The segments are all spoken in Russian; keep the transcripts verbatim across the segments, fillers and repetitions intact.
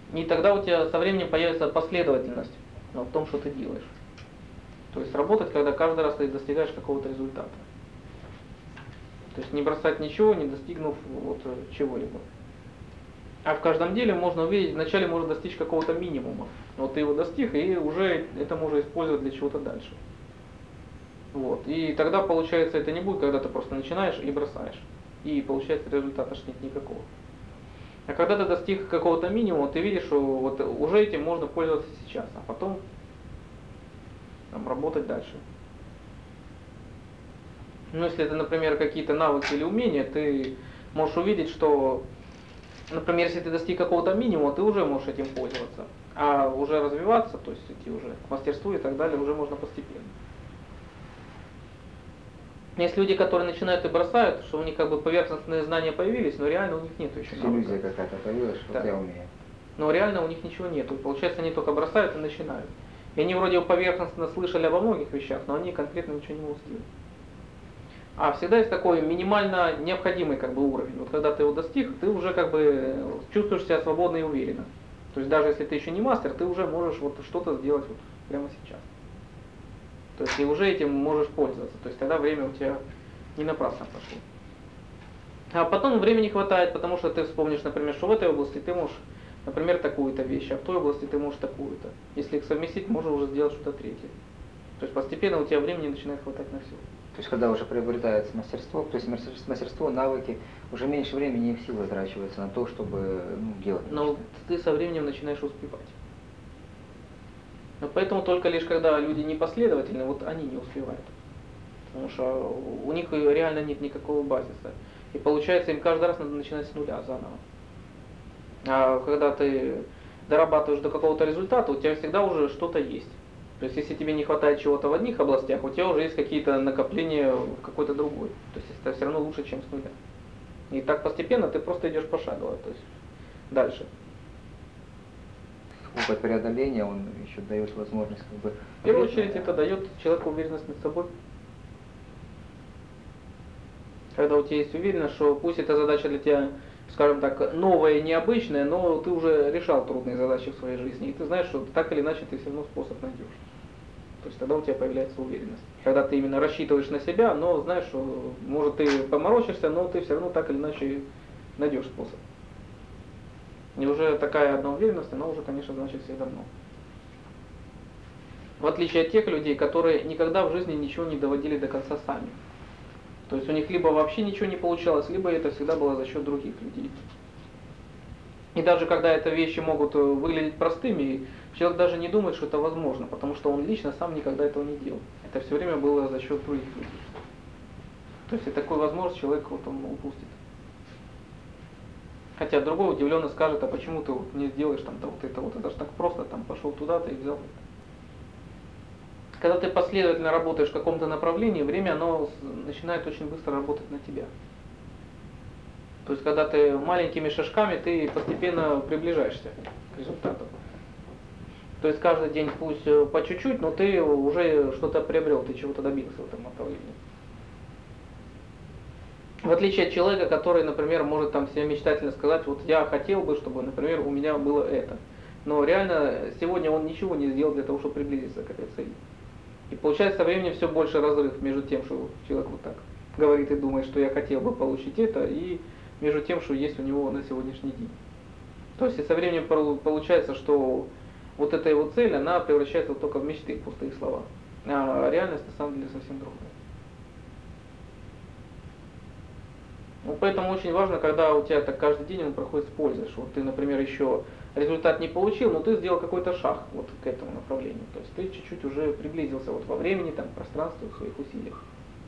И тогда у тебя со временем появится последовательность в том, что ты делаешь. То есть работать, когда каждый раз ты достигаешь какого-то результата. То есть не бросать ничего, не достигнув вот чего-либо. А в каждом деле можно увидеть, вначале можно достичь какого-то минимума. Вот ты его достиг, и уже это можно использовать для чего-то дальше. Вот. И тогда получается это не будет, когда ты просто начинаешь и бросаешь. И получается результата аж нет никакого. А когда ты достиг какого-то минимума, ты видишь, что вот уже этим можно пользоваться сейчас, а потом там, работать дальше. Ну, если это, например, какие-то навыки или умения, ты можешь увидеть, что, например, если ты достиг какого-то минимума, ты уже можешь этим пользоваться. А уже развиваться, то есть идти уже к мастерству и так далее, уже можно постепенно. Есть люди, которые начинают и бросают, что у них как бы поверхностные знания появились, но реально у них нет еще навыка. Иллюзия какая-то появилась, что да. я умею. Но реально у них ничего нету. Получается, они только бросают и начинают. И они вроде поверхностно слышали обо многих вещах, но они конкретно ничего не могут сделать. А всегда есть такой минимально необходимый как бы уровень. Вот когда ты его достиг, ты уже как бы чувствуешь себя свободно и уверенно. То есть даже если ты еще не мастер, ты уже можешь вот что-то сделать вот прямо сейчас. То есть и уже этим можешь пользоваться. То есть тогда время у тебя не напрасно прошло. А потом времени хватает, потому что ты вспомнишь, например, что в этой области ты можешь, например, такую-то вещь, а в той области ты можешь такую-то. Если их совместить, можно уже сделать что-то третье. То есть постепенно у тебя времени начинает хватать на все. То есть когда уже приобретается мастерство, то есть мастерство, навыки, уже меньше времени и сил затрачивается на то, чтобы ну, делать. Но ты со временем начинаешь успевать. Но поэтому только лишь когда люди непоследовательны, вот они не успевают. Потому что у них реально нет никакого базиса. И получается, им каждый раз надо начинать с нуля заново. А когда ты дорабатываешь до какого-то результата, у тебя всегда уже что-то есть. То есть если тебе не хватает чего-то в одних областях, у тебя уже есть какие-то накопления в какой-то другой. То есть это все равно лучше, чем с нуля. И так постепенно ты просто идешь пошагово, то есть дальше. Опыт преодоления, он еще дает возможность как бы... В первую очередь это дает человеку уверенность над собой. Когда у тебя есть уверенность, что пусть эта задача для тебя, скажем так, новая и необычная, но ты уже решал трудные задачи в своей жизни, и ты знаешь, что так или иначе ты все равно способ найдешь. То есть тогда у тебя появляется уверенность. Когда ты именно рассчитываешь на себя, но знаешь, что может ты поморочишься, но ты все равно так или иначе найдешь способ. И уже такая одна уверенность, она уже, конечно, значит всегда много. В отличие от тех людей, которые никогда в жизни ничего не доводили до конца сами. То есть у них либо вообще ничего не получалось, либо это всегда было за счет других людей. И даже когда это вещи могут выглядеть простыми, человек даже не думает, что это возможно, потому что он лично сам никогда этого не делал. Это все время было за счет других людей. То есть и такую возможность человек вот он упустит. Хотя другой удивленно скажет, а почему ты вот не сделаешь там-то вот это вот, это же так просто, там пошел туда-то и взял это. Когда ты последовательно работаешь в каком-то направлении, время оно начинает очень быстро работать на тебя. То есть когда ты маленькими шажками, ты постепенно приближаешься к результату. То есть каждый день пусть по чуть-чуть, но ты уже что-то приобрел, ты чего-то добился в этом направлении. В отличие от человека, который, например, может там себе мечтательно сказать, вот я хотел бы, чтобы, например, у меня было это. Но реально сегодня он ничего не сделал для того, чтобы приблизиться к этой цели. И получается со временем все больше разрыв между тем, что человек вот так говорит и думает, что я хотел бы получить это, и между тем, что есть у него на сегодняшний день. То есть и со временем получается, что вот эта его цель, она превращается вот только в мечты, в пустые слова. А реальность на самом деле совсем другая. Ну, поэтому очень важно, когда у тебя так каждый день он проходит с пользой, что вот ты, например, еще результат не получил, но ты сделал какой-то шаг вот к этому направлению. То есть ты чуть-чуть уже приблизился вот во времени, там, в пространстве, в своих усилиях.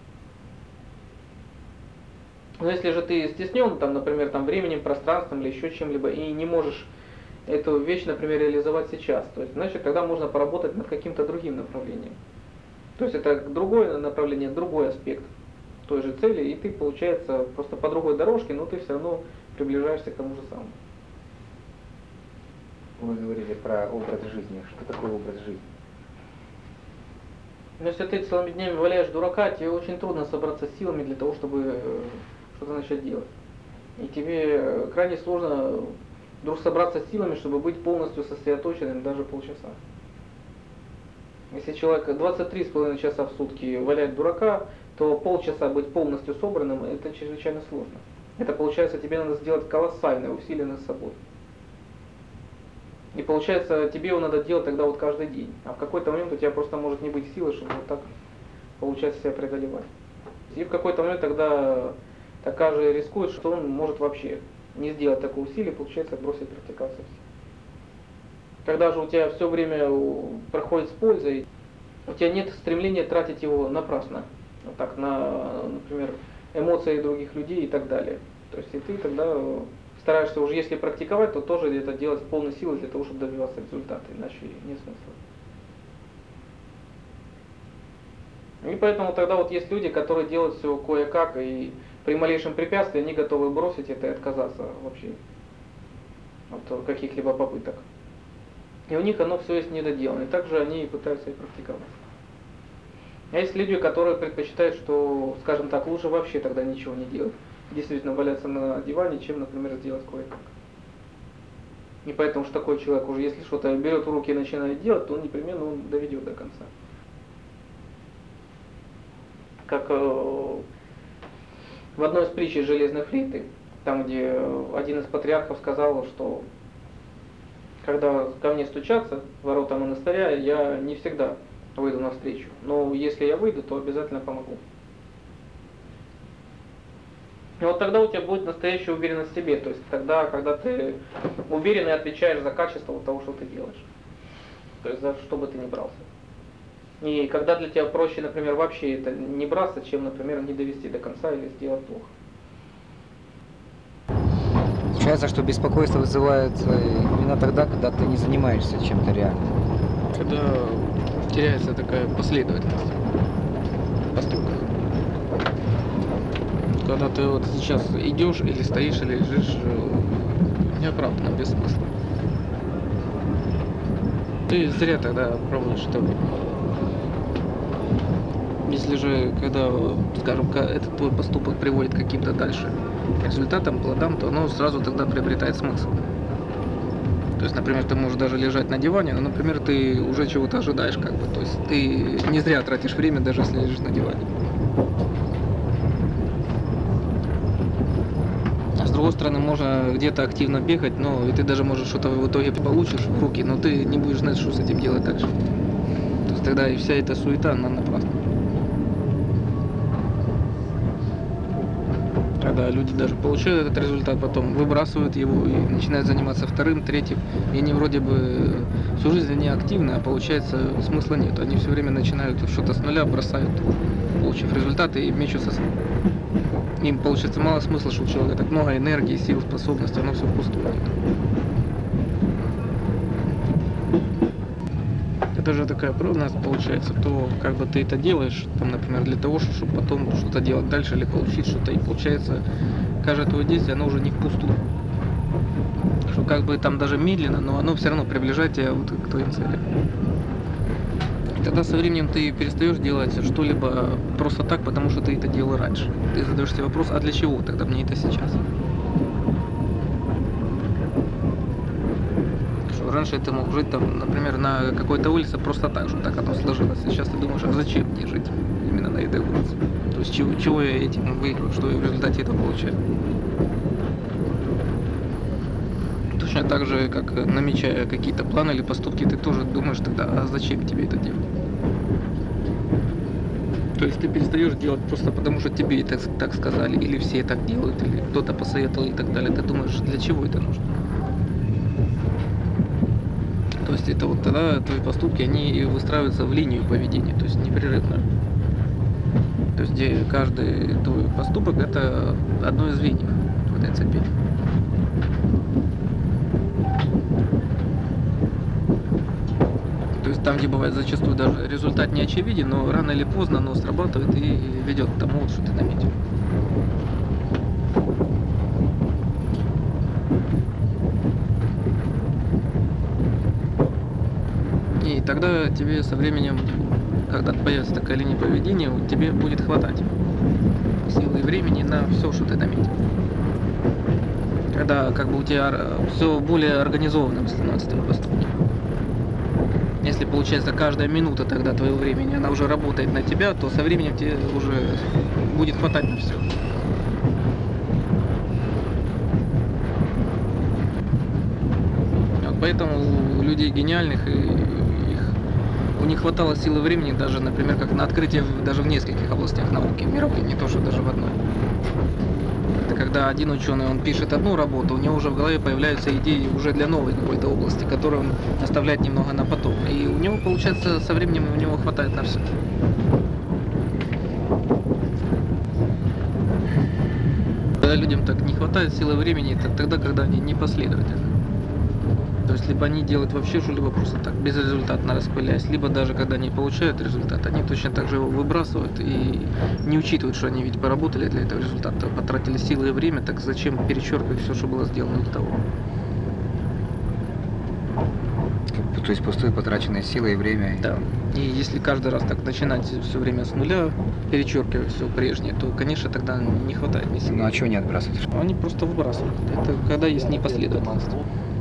Но если же ты стеснен, там, например, там, временем, пространством или еще чем-либо, и не можешь эту вещь, например, реализовать сейчас, то есть, значит, тогда можно поработать над каким-то другим направлением. То есть это другое направление, другой аспект той же цели, и ты, получается, просто по другой дорожке, но ты все равно приближаешься к тому же самому. Вы говорили про образ жизни. Что такое образ жизни? Но если ты целыми днями валяешь дурака, тебе очень трудно собраться с силами для того, чтобы что-то начать делать. И тебе крайне сложно вдруг собраться с силами, чтобы быть полностью сосредоточенным даже полчаса. Если человек двадцать три с половиной часа в сутки валяет дурака, то полчаса быть полностью собранным, это чрезвычайно сложно. Это получается, тебе надо сделать колоссальное усилие над собой. И получается, тебе его надо делать тогда вот каждый день. А в какой-то момент у тебя просто может не быть силы, чтобы вот так получается себя преодолевать. И в какой-то момент тогда такая же рискует, что он может вообще не сделать такого усилия, получается бросить практиковаться все. Когда же у тебя все время проходит с пользой, у тебя нет стремления тратить его напрасно. Вот так, на, например, эмоции других людей и так далее. То есть и ты тогда стараешься уже, если практиковать, то тоже это делать с полной силой для того, чтобы добиваться результата, иначе нет смысла. И поэтому тогда вот есть люди, которые делают все кое-как, и при малейшем препятствии они готовы бросить это и отказаться вообще от каких-либо попыток. И у них оно все есть недоделано, и также они пытаются и практиковать. А есть люди, которые предпочитают, что, скажем так, лучше вообще тогда ничего не делать, действительно валяться на диване, чем, например, сделать кое-как. И поэтому что такой человек уже, если что-то берет в руки и начинает делать, то он непременно он доведет до конца. Как э, в одной из притч железной флейты, там, где один из патриархов сказал, что когда ко мне стучатся в ворота монастыря, я не всегда выйду навстречу. Но если я выйду, то обязательно помогу. И вот тогда у тебя будет настоящая уверенность в себе. То есть тогда, когда ты уверен и отвечаешь за качество вот того, что ты делаешь. То есть за что бы ты ни брался. И когда для тебя проще, например, вообще это не браться, чем, например, не довести до конца или сделать плохо. Получается, что беспокойство вызывается именно тогда, когда ты не занимаешься чем-то реально. Когда теряется такая последовательность поступков. Когда ты вот сейчас идешь или стоишь, или лежишь неоправданно, без смысла. Ты зря тогда пробуешь это. Если же, когда, скажем, этот твой поступок приводит к каким-то дальше результатам, плодам, то оно сразу тогда приобретает смысл. То есть, например, ты можешь даже лежать на диване, но, например, ты уже чего-то ожидаешь, как бы. То есть ты не зря тратишь время, даже если лежишь на диване. А с другой стороны, можно где-то активно бегать, но и ты даже, может, что-то в итоге получишь в руки, но ты не будешь знать, что с этим делать дальше. То есть тогда и вся эта суета, она напрасна. Когда люди даже получают этот результат, потом выбрасывают его и начинают заниматься вторым, третьим. И они вроде бы всю жизнь не активны, а получается смысла нет. Они все время начинают что-то с нуля, бросают, получив результаты и мечутся. Им получается мало смысла, что у человека так много энергии, сил, способностей, оно все впустую. Это же такая проводность получается, то как бы ты это делаешь, там, например, для того, чтобы потом что-то делать дальше или получить что-то, и получается, каждое твое действие, оно уже не впустую. Что как бы там даже медленно, но оно все равно приближает тебя вот к твоим целям. И тогда со временем ты перестаешь делать что-либо просто так, потому что ты это делал раньше. Ты задаешь себе вопрос, а для чего тогда мне это сейчас? Раньше ты мог жить там, например, на какой-то улице просто так же, так оно сложилось. Сейчас ты думаешь, а зачем мне жить именно на этой улице? То есть чего, чего я этим выиграю, что я в результате этого получаю? Точно так же, как намечая какие-то планы или поступки, ты тоже думаешь тогда, а зачем тебе это делать? То есть ты перестаешь делать просто потому, что тебе это так сказали, или все так делают, или кто-то посоветовал и так далее. Ты думаешь, для чего это нужно? То есть это вот тогда твои поступки, они выстраиваются в линию поведения, то есть непрерывно. То есть где каждый твой поступок это одно из звеньев в этой цепи. То есть там, где бывает зачастую даже результат не очевиден, но рано или поздно оно срабатывает и ведет к тому, что ты наметил. И тогда тебе со временем, когда появится такая линия поведения, тебе будет хватать силы и времени на все, что ты наметил. Когда как бы у тебя все более организованным становятся твои поступки. Если получается каждая минута тогда твоего времени, она уже работает на тебя, то со временем тебе уже будет хватать на все. Вот поэтому у людей гениальных и их, у них хватало силы времени даже, например, как на открытие в- даже в нескольких областях науки мировой, не то что даже в одной. Это когда один ученый, он пишет одну работу, у него уже в голове появляются идеи уже для новой какой-то области, которую он оставляет немного на потом. И у него, получается, со временем у него хватает на все. Когда людям так не хватает силы времени, это тогда, когда они непоследовательны. То есть либо они делают вообще что-либо просто так, безрезультатно распыляясь, либо даже когда они получают результат, они точно так же его выбрасывают и не учитывают, что они ведь поработали для этого результата, потратили силы и время, так зачем перечеркивать все, что было сделано до того. То есть пустые потраченные силы и время. Да. И если каждый раз так начинать все время с нуля, перечеркивая все прежнее, то, конечно, тогда не хватает ни сил. Ну а чего не отбрасывать? Они просто выбрасывают. Это когда есть непоследовательность.